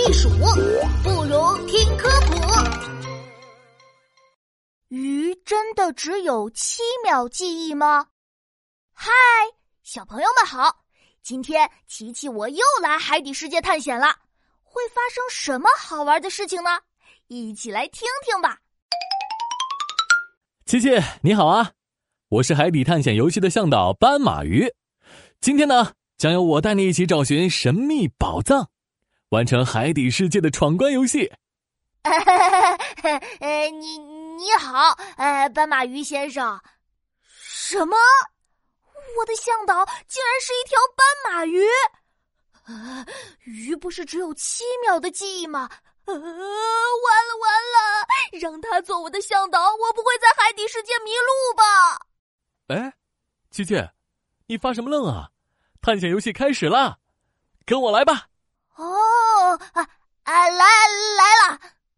细数，不如听科普。鱼真的只有7秒记忆吗？嗨，小朋友们好，今天琪琪我又来海底世界探险了，会发生什么好玩的事情呢？一起来听听吧。 琪琪你好啊，我是海底探险游戏的向导斑马鱼。今天呢，将由我带你一起找寻神秘宝藏，完成海底世界的闯关游戏。 你好，斑马鱼先生。什么？我的向导竟然是一条斑马鱼！鱼不是只有7秒的记忆吗？完了！让他做我的向导，我不会在海底世界迷路吧？ 哎，琪琪，你发什么愣啊？探险游戏开始啦，跟我来吧。 来了。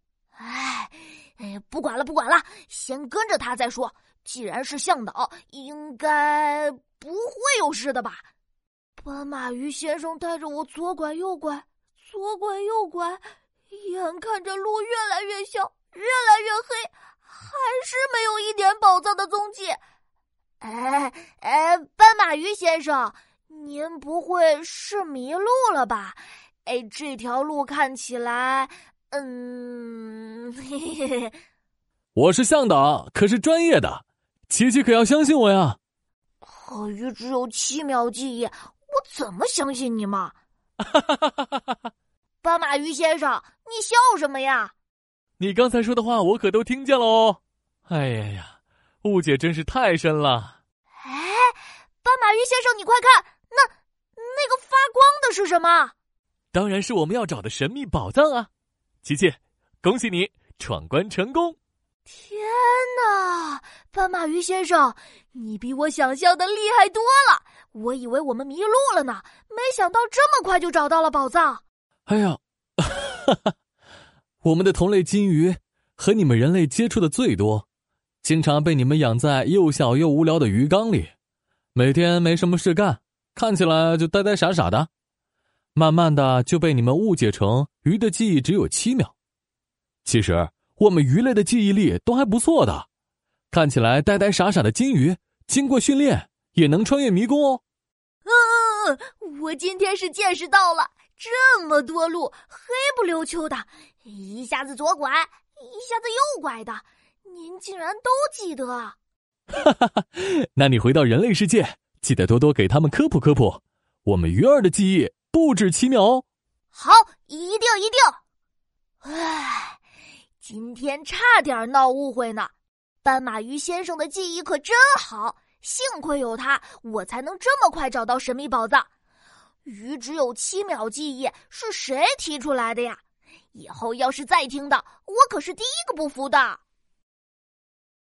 不管了，先跟着他再说。既然是向导，应该不会有事的吧？斑马鱼先生带着我左拐右拐，眼看着路越来越小，越来越黑，还是没有一点宝藏的踪迹。斑马鱼先生，您不会是迷路了吧？这条路看起来， 我是向导，可是专业的，琪琪可要相信我呀。 鱼只有7秒记忆，我怎么相信你嘛？斑马鱼先生，你笑什么呀？ 你刚才说的话我可都听见了哦。哎呀，误解真是太深了。 斑马鱼先生，你快看，那个发光的是什么？ 当然是我们要找的神秘宝藏啊！琪琪，恭喜你闯关成功！ 天哪，斑马鱼先生，你比我想象的厉害多了！我以为我们迷路了呢，没想到这么快就找到了宝藏。 哎呀，我们的同类金鱼和你们人类接触的最多，经常被你们养在又小又无聊的鱼缸里，每天没什么事干，看起来就呆呆傻傻的，慢慢的就被你们误解成鱼的记忆只有7秒。其实我们鱼类的记忆力都还不错的，看起来呆呆傻傻的金鱼，经过训练也能穿越迷宫哦。 我今天是见识到了，这么多路黑不溜秋的，一下子左拐，一下子右拐的，您竟然都记得。 那你回到人类世界，记得多多给他们科普科普，我们鱼儿的记忆不止7秒哦。 好，一定。今天差点闹误会呢。斑马鱼先生的记忆可真好，幸亏有他，我才能这么快找到神秘宝藏。鱼只有7秒记忆，是谁提出来的呀？以后要是再听到，我可是第一个不服的。